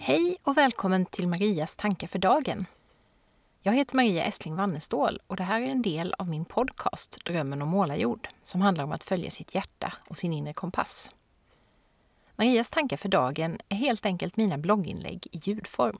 Hej och välkommen till Marias tankar för dagen. Jag heter Maria Essling Wannestål och det här är en del av min podcast Drömmen om målarjord som handlar om att följa sitt hjärta och sin inre kompass. Marias tankar för dagen är helt enkelt mina blogginlägg i ljudform.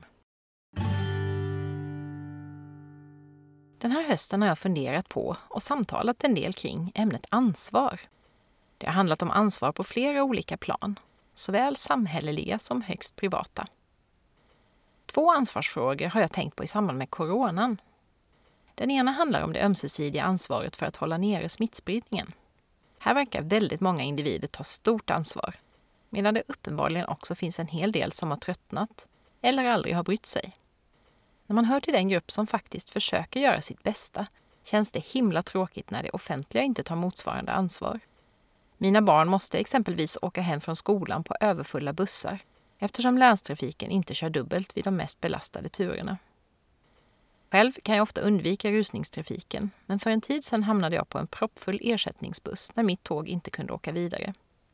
Den här hösten har jag funderat på och samtalat en del kring ämnet ansvar. Det har handlat om ansvar på flera olika plan, såväl samhälleliga som högst privata. 2 ansvarsfrågor har jag tänkt på i samband med coronan. Den ena handlar om det ömsesidiga ansvaret för att hålla nere smittspridningen. Här verkar väldigt många individer ta stort ansvar, medan det uppenbarligen också finns en hel del som har tröttnat eller aldrig har brytt sig. När man hör till den grupp som faktiskt försöker göra sitt bästa känns det himla tråkigt när det offentliga inte tar motsvarande ansvar. Mina barn måste exempelvis åka hem från skolan på överfulla bussar eftersom länstrafiken inte kör dubbelt vid de mest belastade turerna. Själv kan jag ofta undvika rusningstrafiken, men för en tid sedan hamnade jag på en proppfull ersättningsbuss när mitt tåg inte kunde åka vidare.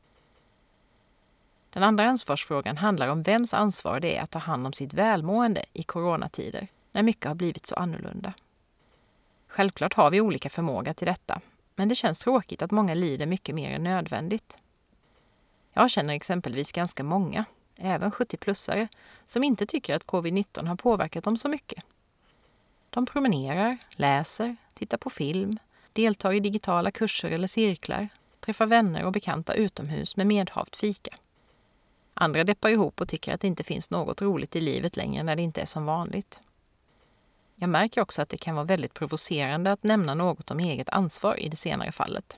Den andra ansvarsfrågan handlar om vems ansvar det är att ta hand om sitt välmående i coronatider, när mycket har blivit så annorlunda. Självklart har vi olika förmåga till detta, men det känns tråkigt att många lider mycket mer än nödvändigt. Jag känner exempelvis ganska många, även 70-plussare, som inte tycker att covid-19 har påverkat dem så mycket. De promenerar, läser, tittar på film, deltar i digitala kurser eller cirklar, träffar vänner och bekanta utomhus med medhavt fika. Andra deppar ihop och tycker att det inte finns något roligt i livet längre när det inte är som vanligt. Jag märker också att det kan vara väldigt provocerande att nämna något om eget ansvar i det senare fallet.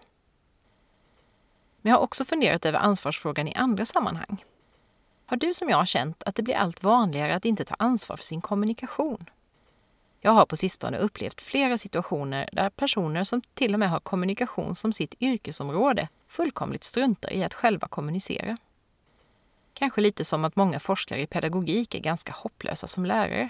Men jag har också funderat över ansvarsfrågan i andra sammanhang. Har du som jag har känt att det blir allt vanligare att inte ta ansvar för sin kommunikation? Jag har på sistone upplevt flera situationer där personer som till och med har kommunikation som sitt yrkesområde fullkomligt struntar i att själva kommunicera. Kanske lite som att många forskare i pedagogik är ganska hopplösa som lärare.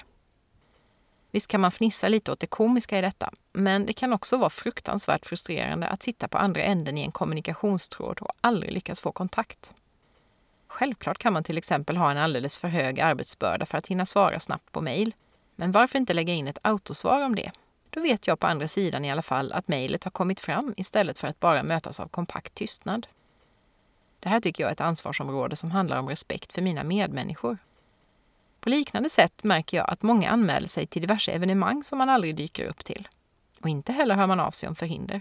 Visst kan man fnissa lite åt det komiska i detta, men det kan också vara fruktansvärt frustrerande att sitta på andra änden i en kommunikationstråd och aldrig lyckas få kontakt. Självklart kan man till exempel ha en alldeles för hög arbetsbörda för att hinna svara snabbt på mejl. Men varför inte lägga in ett autosvar om det? Då vet jag på andra sidan i alla fall att mejlet har kommit fram istället för att bara mötas av kompakt tystnad. Det här tycker jag är ett ansvarsområde som handlar om respekt för mina medmänniskor. På liknande sätt märker jag att många anmäler sig till diverse evenemang som man aldrig dyker upp till. Och inte heller hör man av sig om förhinder.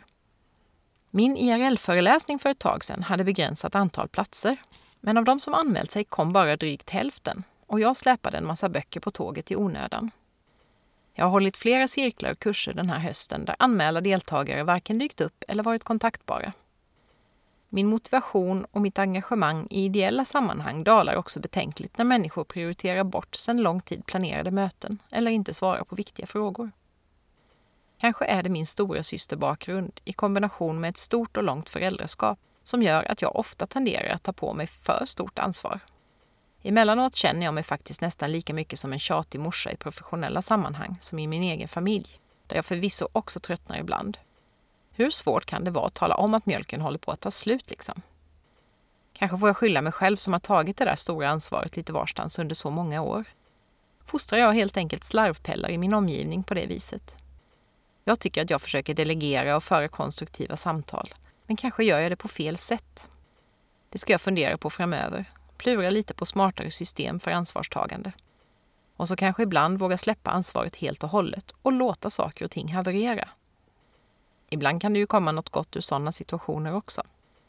Min IRL-föreläsning för ett tag sedan hade begränsat antal platser. Men av de som anmält sig kom bara drygt hälften och jag släpade en massa böcker på tåget i onödan. Jag har hållit flera cirklar och kurser den här hösten där anmälda deltagare varken dykt upp eller varit kontaktbara. Min motivation och mitt engagemang i ideella sammanhang dalar också betänkligt när människor prioriterar bort sedan lång tid planerade möten eller inte svarar på viktiga frågor. Kanske är det min stora systerbakgrund i kombination med ett stort och långt föräldraskap som gör att jag ofta tenderar att ta på mig för stort ansvar. Emellanåt känner jag mig faktiskt nästan lika mycket som en tjatig morsa i professionella sammanhang som i min egen familj, där jag förvisso också tröttnar ibland. Hur svårt kan det vara att tala om att mjölken håller på att ta slut liksom? Kanske får jag skylla mig själv som har tagit det där stora ansvaret lite varstans under så många år. Fostrar jag helt enkelt slarvpellar i min omgivning på det viset? Jag tycker att jag försöker delegera och föra konstruktiva samtal. Men kanske gör jag det på fel sätt. Det ska jag fundera på framöver. Plura lite på smartare system för ansvarstagande. Och så kanske ibland våga släppa ansvaret helt och hållet och låta saker och ting haverera. Ibland kan det ju komma något gott ur sådana situationer också.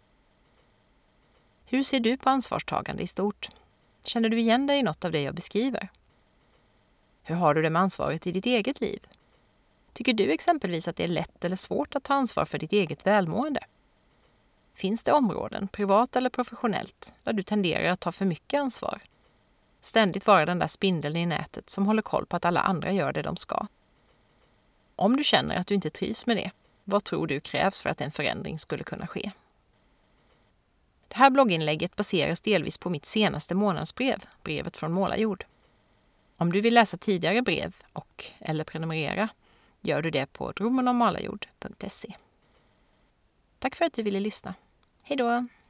Hur ser du på ansvarstagande i stort? Känner du igen dig i något av det jag beskriver? Hur har du det med ansvaret i ditt eget liv? Tycker du exempelvis att det är lätt eller svårt att ta ansvar för ditt eget välmående? Finns det områden, privat eller professionellt, där du tenderar att ta för mycket ansvar? Ständigt vara den där spindeln i nätet som håller koll på att alla andra gör det de ska. Om du känner att du inte trivs med det, vad tror du krävs för att en förändring skulle kunna ske? Det här blogginlägget baseras delvis på mitt senaste månadsbrev, brevet från Målarjord. Om du vill läsa tidigare brev eller prenumerera, gör du det på drömmenommålarjord.se. Tack för att du ville lyssna. Hej då!